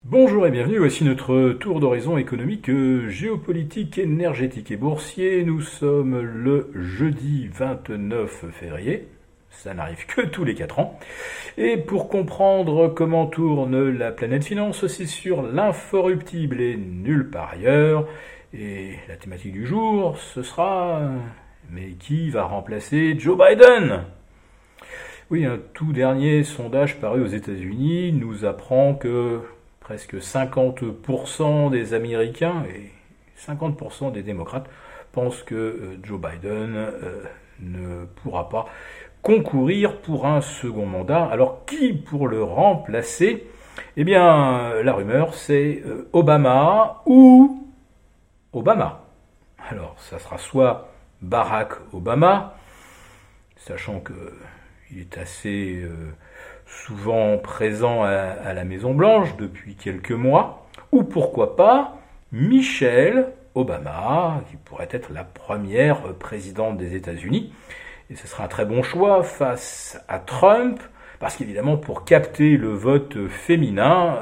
Bonjour et bienvenue, voici notre tour d'horizon économique, géopolitique, énergétique et boursier. Nous sommes le jeudi 29 février, ça n'arrive que tous les 4 ans. Et pour comprendre comment tourne la planète finance, c'est sur l'inforruptible et nulle part ailleurs. Et la thématique du jour, ce sera... Mais qui va remplacer Joe Biden ? Oui, un tout dernier sondage paru aux États-Unis nous apprend que presque 50% des Américains et 50% des démocrates pensent que Joe Biden ne pourra pas concourir pour un second mandat. Alors qui pour le remplacer ? Eh bien, la rumeur, c'est Obama ou Obama. Alors, ça sera soit Barack Obama, sachant que il est assez souvent présent à la Maison-Blanche depuis quelques mois, ou pourquoi pas Michelle Obama, qui pourrait être la première présidente des États-Unis. Et ce sera un très bon choix face à Trump, parce qu'évidemment, pour capter le vote féminin,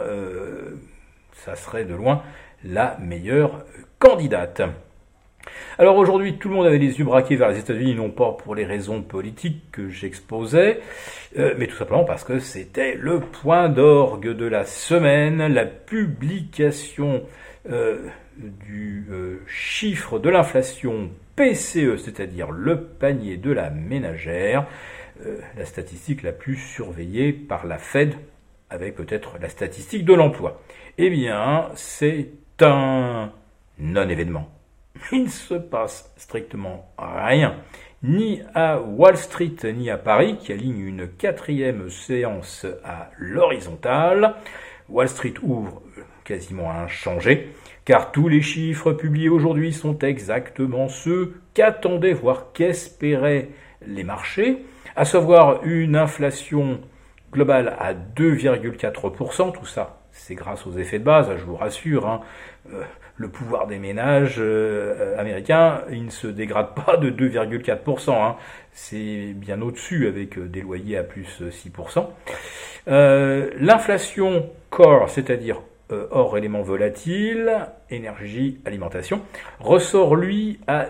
ça serait de loin la meilleure candidate. Alors aujourd'hui, tout le monde avait les yeux braqués vers les États-Unis, non pas pour les raisons politiques que j'exposais, mais tout simplement parce que c'était le point d'orgue de la semaine, la publication du chiffre de l'inflation PCE, c'est-à-dire le panier de la ménagère, la statistique la plus surveillée par la Fed, avec peut-être la statistique de l'emploi. Eh bien, c'est un non-événement. Il ne se passe strictement rien, ni à Wall Street ni à Paris, qui aligne une 4e séance à l'horizontale. Wall Street ouvre quasiment inchangé, car tous les chiffres publiés aujourd'hui sont exactement ceux qu'attendaient, voire qu'espéraient les marchés, à savoir une inflation globale à 2,4%, tout ça c'est grâce aux effets de base, je vous rassure, le pouvoir des ménages américains, il ne se dégrade pas de 2,4%, c'est bien au-dessus avec des loyers à plus 6%. L'inflation core, c'est-à-dire hors éléments volatiles, énergie, alimentation, ressort lui à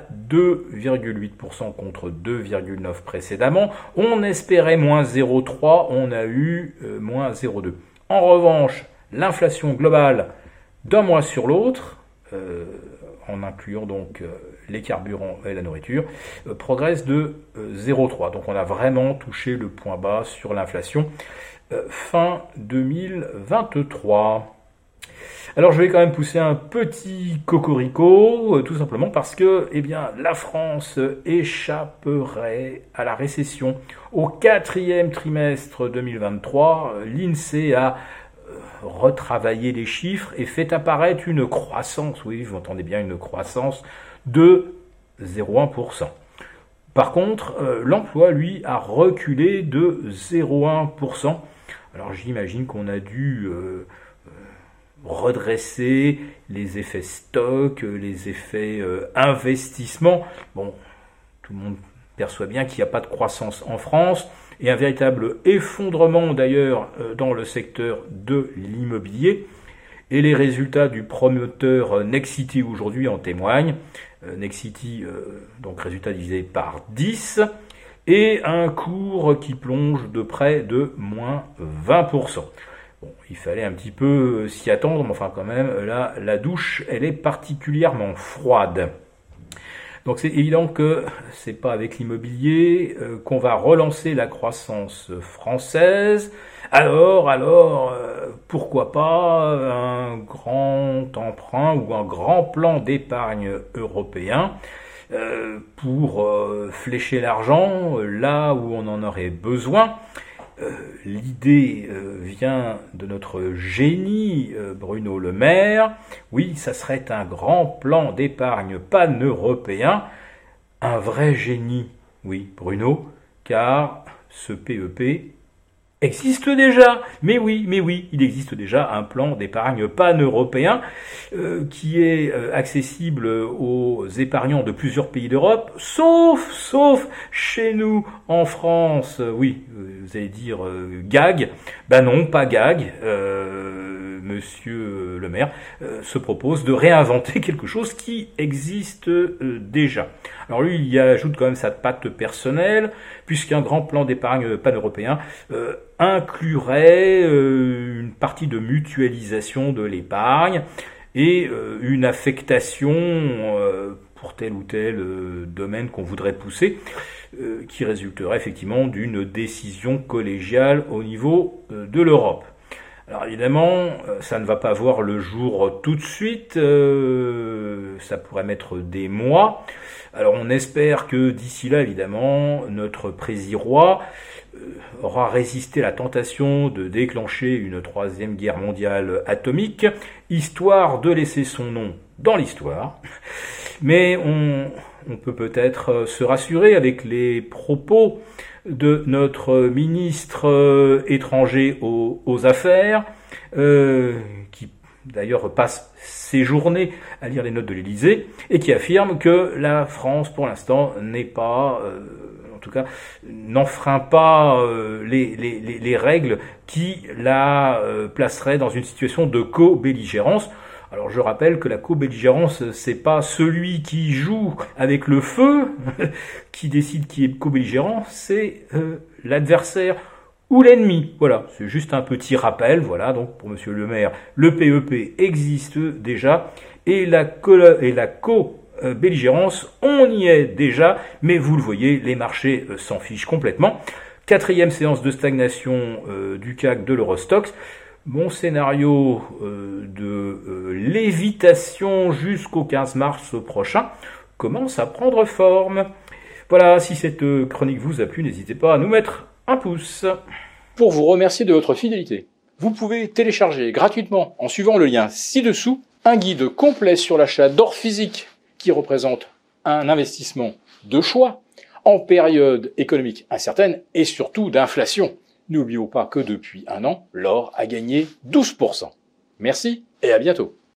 2,8% contre 2,9% précédemment. On espérait moins 0,3, on a eu moins 0,2. En revanche, l'inflation globale d'un mois sur l'autre, en incluant donc les carburants et la nourriture, progresse de 0,3. Donc on a vraiment touché le point bas sur l'inflation fin 2023. Alors je vais quand même pousser un petit cocorico, tout simplement parce que la France échapperait à la récession. Au 4e trimestre 2023, l'INSEE a retravaillé les chiffres et fait apparaître une croissance, oui, vous entendez bien, une croissance de 0,1%. Par contre, l'emploi, lui, a reculé de 0,1%. Alors j'imagine qu'on a dû redresser les effets stock, les effets investissement. Bon, tout le monde perçoit bien qu'il n'y a pas de croissance en France, et un véritable effondrement d'ailleurs dans le secteur de l'immobilier. Et les résultats du promoteur Nexity aujourd'hui en témoignent. Nexity, donc résultat divisé par 10, et un cours qui plonge de près de moins 20%. Bon, il fallait un petit peu s'y attendre, mais enfin quand même, là, la douche, elle est particulièrement froide. Donc c'est évident que c'est pas avec l'immobilier qu'on va relancer la croissance française. Alors, pourquoi pas un grand emprunt ou un grand plan d'épargne européen pour flécher l'argent là où on en aurait besoin. L'idée vient de notre génie Bruno Le Maire. Oui, ça serait un grand plan d'épargne pan-européen. Un vrai génie, oui, Bruno, car ce PEP existe déjà. Mais oui, il existe déjà un plan d'épargne pan-européen qui est accessible aux épargnants de plusieurs pays d'Europe, sauf chez nous en France. Oui, vous allez dire gag. Ben non, pas gag. Monsieur le maire se propose de réinventer quelque chose qui existe déjà. Alors lui, il y ajoute quand même sa patte personnelle, puisqu'un grand plan d'épargne pan-européen inclurait une partie de mutualisation de l'épargne et une affectation pour tel ou tel domaine qu'on voudrait pousser, qui résulterait effectivement d'une décision collégiale au niveau de l'Europe. Alors évidemment, ça ne va pas voir le jour tout de suite, ça pourrait mettre des mois. Alors on espère que d'ici là, évidemment, notre président aura résisté à la tentation de déclencher une troisième guerre mondiale atomique, histoire de laisser son nom dans l'histoire. Mais on peut peut-être se rassurer avec les propos de notre ministre étranger aux affaires, qui d'ailleurs passe ses journées à lire les notes de l'Élysée, et qui affirme que la France, pour l'instant, n'est pas, en tout cas, n'enfreint pas les règles qui la placeraient dans une situation de co-belligérance. Alors je rappelle que la co-belligérance, c'est pas celui qui joue avec le feu qui décide qui est co-belligérant, c'est l'adversaire ou l'ennemi. Voilà, c'est juste un petit rappel. Voilà, donc pour Monsieur le maire, le PEP existe déjà et la co-belligérance, on y est déjà, mais vous le voyez, les marchés s'en fichent complètement. 4e séance de stagnation du CAC de l'Eurostoxx. Mon scénario de lévitation jusqu'au 15 mars prochain commence à prendre forme. Voilà, si cette chronique vous a plu, n'hésitez pas à nous mettre un pouce. Pour vous remercier de votre fidélité, vous pouvez télécharger gratuitement, en suivant le lien ci-dessous, un guide complet sur l'achat d'or physique qui représente un investissement de choix en période économique incertaine et surtout d'inflation. N'oublions pas que depuis un an, l'or a gagné 12%. Merci et à bientôt.